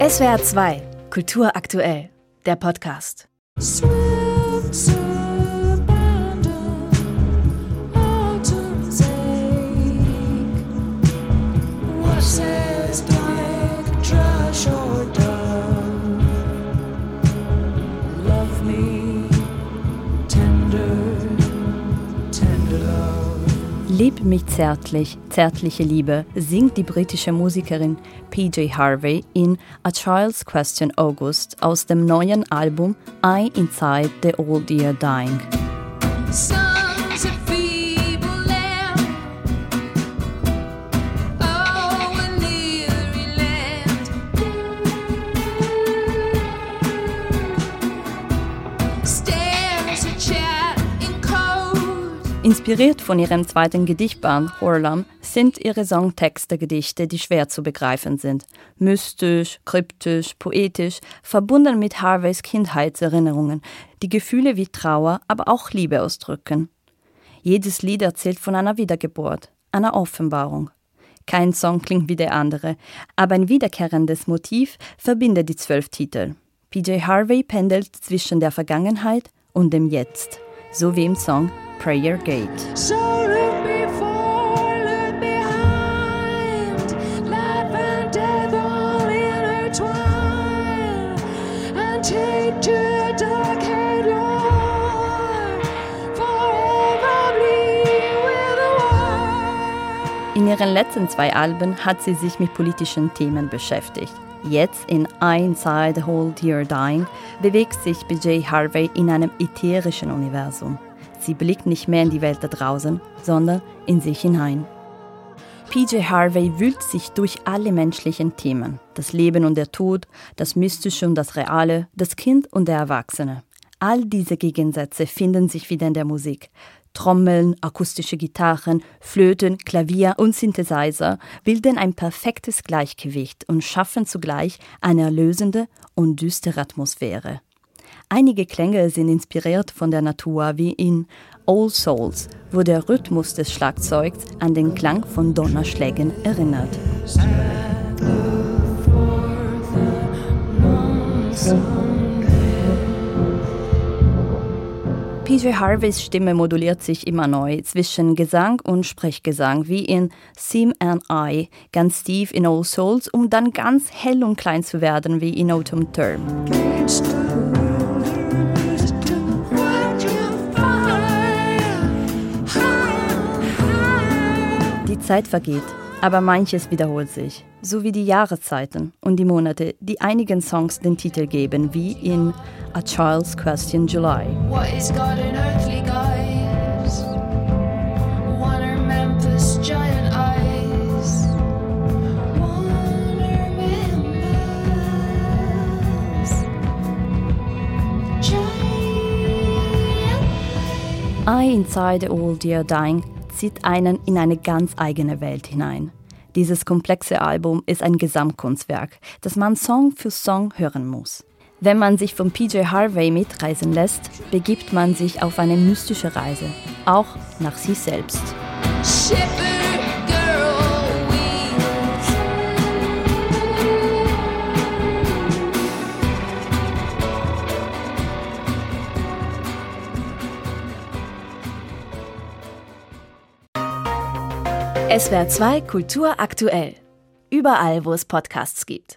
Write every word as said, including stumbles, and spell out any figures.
S W R zwei, Kultur aktuell, der Podcast. Lieb mich zärtlich, zärtliche Liebe, singt die britische Musikerin P J Harvey in A Child's Question August aus dem neuen Album I Inside the Old Year Dying. Inspiriert von ihrem zweiten Gedichtband Horlam sind ihre Songtexte Gedichte, die schwer zu begreifen sind. Mystisch, kryptisch, poetisch, verbunden mit Harveys Kindheitserinnerungen, die Gefühle wie Trauer, aber auch Liebe ausdrücken. Jedes Lied erzählt von einer Wiedergeburt, einer Offenbarung. Kein Song klingt wie der andere, aber ein wiederkehrendes Motiv verbindet die zwölf Titel. P J Harvey pendelt zwischen der Vergangenheit und dem Jetzt, so wie im Song Prayer Gate. So look before, look behind, life and death all intertwined, and take to the dark-haired Lord, forever bleed with the wild. In ihren letzten zwei Alben hat sie sich mit politischen Themen beschäftigt. Jetzt in I Inside the Old Year Dying bewegt sich P J Harvey in einem ätherischen Universum. Sie blickt nicht mehr in die Welt da draußen, sondern in sich hinein. P J Harvey wühlt sich durch alle menschlichen Themen. Das Leben und der Tod, das Mystische und das Reale, das Kind und der Erwachsene. All diese Gegensätze finden sich wieder in der Musik. Trommeln, akustische Gitarren, Flöten, Klavier und Synthesizer bilden ein perfektes Gleichgewicht und schaffen zugleich eine erlösende und düstere Atmosphäre. Einige Klänge sind inspiriert von der Natur, wie in Old Souls, wo der Rhythmus des Schlagzeugs an den Klang von Donnerschlägen erinnert. P J Harveys Stimme moduliert sich immer neu zwischen Gesang und Sprechgesang, wie in Seem and I, ganz tief in Old Souls, um dann ganz hell und klein zu werden, wie in Autumn Term. Die Zeit vergeht, aber manches wiederholt sich, so wie die Jahreszeiten und die Monate, die einigen Songs den Titel geben, wie in A Child's Question July. What is God in earthly guise? One are Memphis giant eyes. One are Memphis giant eyes. I Inside the Old Year Dying zieht einen in eine ganz eigene Welt hinein. Dieses komplexe Album ist ein Gesamtkunstwerk, das man Song für Song hören muss. Wenn man sich von P J Harvey mitreisen lässt, begibt man sich auf eine mystische Reise, auch nach sich selbst. S W R zwei Kultur aktuell. Überall, wo es Podcasts gibt.